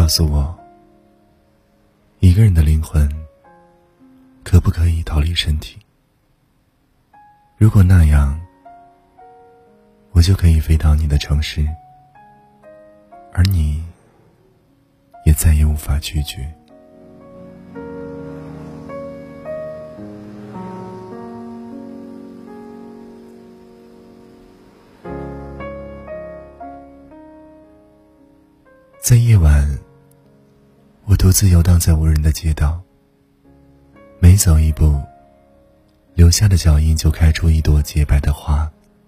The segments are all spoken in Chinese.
告诉我，一个人的灵魂可不可以逃离身体？如果那样，我就可以飞到你的城市，而你也再也无法拒绝。在夜晚，我独自游荡在无人的街道，每走一步，留下的脚印就开出一朵洁白的花。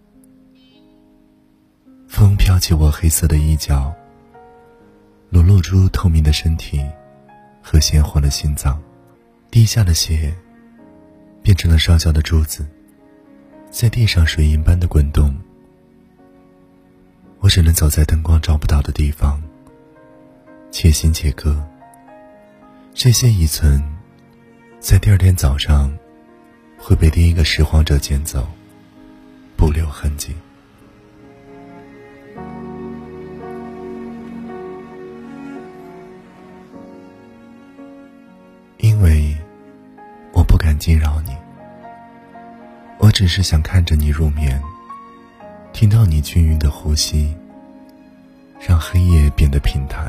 风飘起我黑色的衣角，裸露出透明的身体和鲜活的心脏，滴下的血变成了烧焦的珠子，在地上水银般的滚动。我只能走在灯光照不到的地方，且行且歌，这些遗存在第二天早上会被第一个拾荒者捡走，不留痕迹。因为我不敢惊扰你，我只是想看着你入眠，听到你均匀的呼吸，让黑夜变得平坦。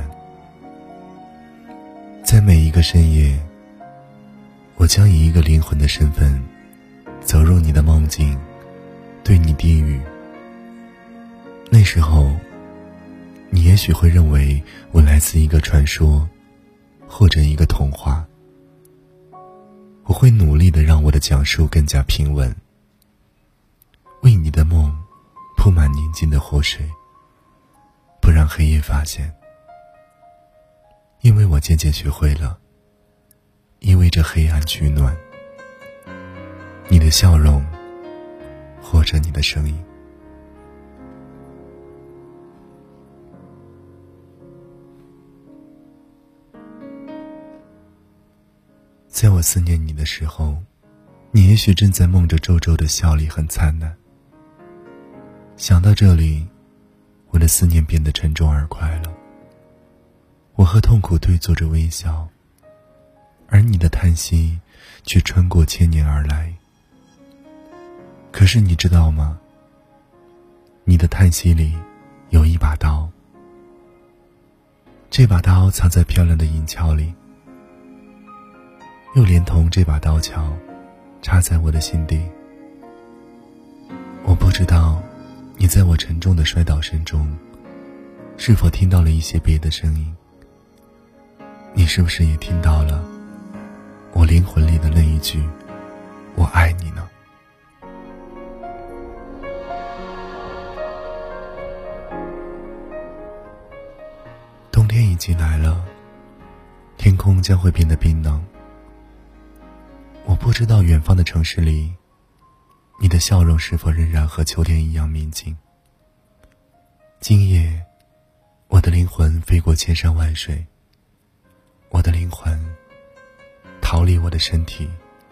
在每一个深夜，我将以一个灵魂的身份走入你的梦境，对你低语。那时候，你也许会认为我来自一个传说，或者一个童话。我会努力地让我的讲述更加平稳，为你的梦铺满宁静的湖水，不让黑夜发现。因为我渐渐学会了依偎着黑暗取暖，你的笑容或者你的声音。在我思念你的时候，你也许正在梦着皱皱的笑里很灿烂。想到这里，我的思念变得沉重而快乐。我和痛苦对坐着微笑，而你的叹息却穿过千年而来。可是你知道吗？你的叹息里有一把刀，这把刀藏在漂亮的银鞘里，又连同这把刀鞘插在我的心底。我不知道你在我沉重的摔倒声中是否听到了一些别的声音，你是不是也听到了我灵魂里的那一句我爱你呢？冬天已经来了，天空将会变得冰冷。我不知道远方的城市里，你的笑容是否仍然和秋天一样明净。今夜，我的灵魂飞过千山万水，我的灵魂逃离我的身体，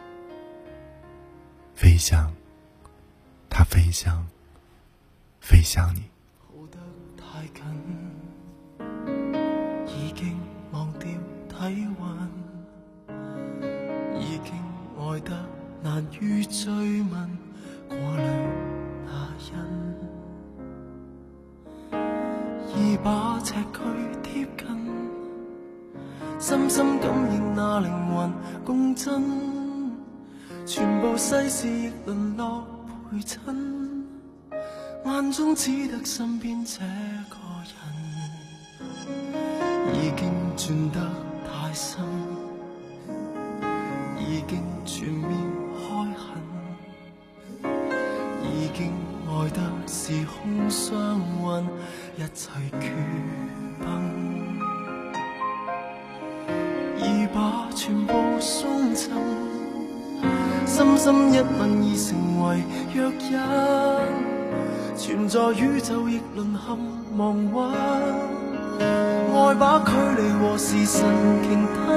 飞向，它飞向你。 好得太近，已經忘掉體温，已經愛得難於追問，過濾那因，已把尺距貼近，深深感應那靈魂共振，全部世事亦淪落陪襯，眼中只得身邊這個人，已經轉得太深，已經全面開墾，已經愛得時空相允，一切缺崩，已把全部送贈，深深一吻已成為藥引，存在宇宙亦淪陷亡魂，愛把距離和時辰鯨吞，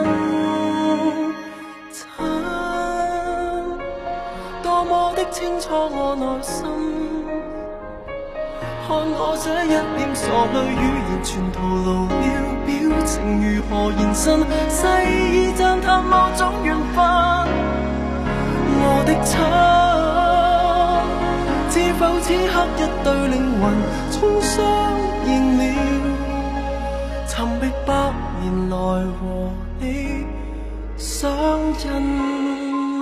多麼的清楚我內心， 看我這一臉傻淚，語言全徒勞了，表情如何延伸？細意讚嘆某種緣分。我的親，知否此刻一對靈魂終相認了，尋覓百年來和你相印。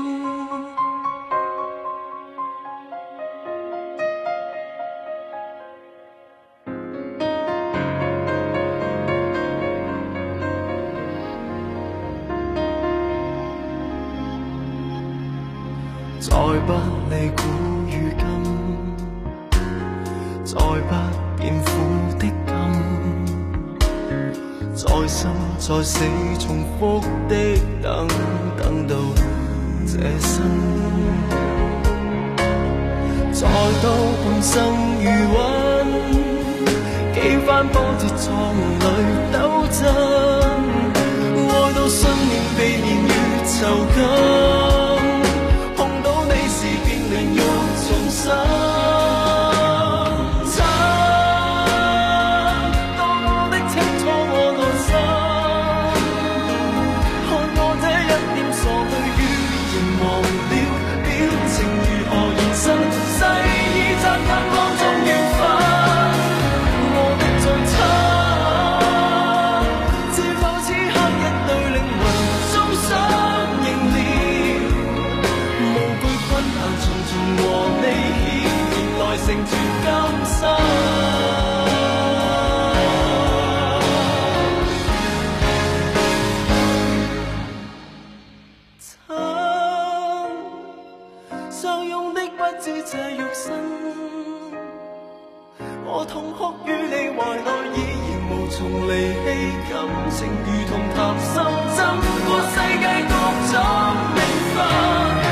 再不理古與今，再不變苦的甘，再生再死重複的等，等到這生，再多半生餘溫，幾番波折錯誤裏鬥爭，愛到信念被言語囚禁。親，當我的清楚我內心，看我這一臉傻淚，語言忘了，表情如何延伸？細意讚嘆某種緣分。我的最親，知否此刻一對靈魂終相認了，無懼困難重重和你。成全今生，親，相擁的不止這肉身，我痛哭於你懷內，已然無從離棄，感情如同談心，浸過世界各種命分。